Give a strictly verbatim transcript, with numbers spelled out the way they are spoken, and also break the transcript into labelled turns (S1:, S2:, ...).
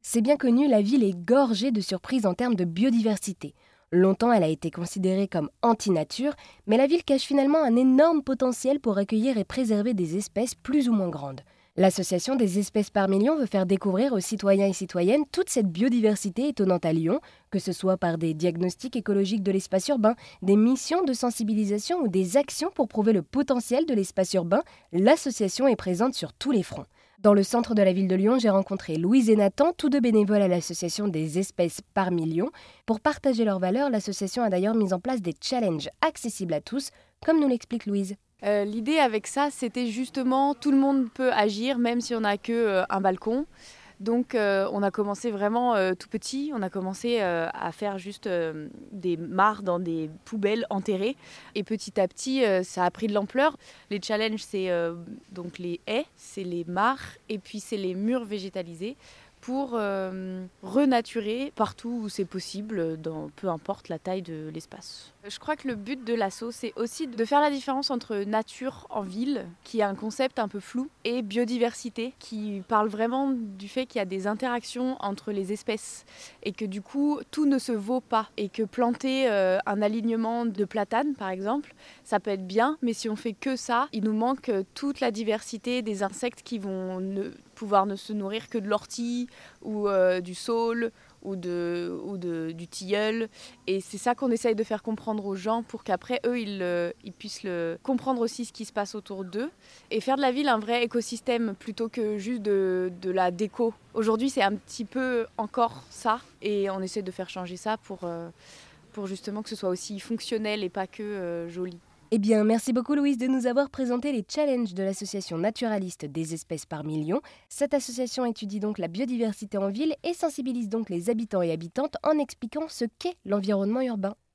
S1: C'est bien connu, la ville est gorgée de surprises en termes de biodiversité. Longtemps, elle a été considérée comme anti-nature, mais la ville cache finalement un énorme potentiel pour accueillir et préserver des espèces plus ou moins grandes. L'Association des espèces par million veut faire découvrir aux citoyens et citoyennes toute cette biodiversité étonnante à Lyon, que ce soit par des diagnostics écologiques de l'espace urbain, des missions de sensibilisation ou des actions pour prouver le potentiel de l'espace urbain. L'association est présente sur tous les fronts. Dans le centre de la ville de Lyon, j'ai rencontré Louise et Nathan, tous deux bénévoles à l'Association des espèces par million. Pour partager leurs valeurs, l'association a d'ailleurs mis en place des challenges accessibles à tous, comme nous l'explique Louise.
S2: Euh, l'idée avec ça, c'était justement tout le monde peut agir, même si on n'a que euh, un balcon. Donc euh, on a commencé vraiment euh, tout petit, on a commencé euh, à faire juste euh, des mares dans des poubelles enterrées. Et petit à petit, euh, ça a pris de l'ampleur. Les challenges, c'est euh, donc les haies, c'est les mares et puis c'est les murs végétalisés pour euh, renaturer partout où c'est possible, dans, peu importe la taille de l'espace. Je crois que le but de l'asso, c'est aussi de faire la différence entre nature en ville, qui est un concept un peu flou, et biodiversité, qui parle vraiment du fait qu'il y a des interactions entre les espèces et que du coup, tout ne se vaut pas. Et que planter euh, un alignement de platanes, par exemple, ça peut être bien, mais si on fait que ça, il nous manque toute la diversité des insectes qui vont ne pouvoir ne se nourrir que de l'ortie ou euh, du saule ou, de, ou de, du tilleul. Et c'est ça qu'on essaye de faire comprendre aux gens pour qu'après, eux, ils, euh, ils puissent le, comprendre aussi ce qui se passe autour d'eux et faire de la ville un vrai écosystème plutôt que juste de, de la déco. Aujourd'hui, c'est un petit peu encore ça et on essaie de faire changer ça pour, euh, pour justement que ce soit aussi fonctionnel et pas que euh, joli.
S1: Eh bien, merci beaucoup Louise de nous avoir présenté les challenges de l'association naturaliste des espèces par million. Cette association étudie donc la biodiversité en ville et sensibilise donc les habitants et habitantes en expliquant ce qu'est l'environnement urbain.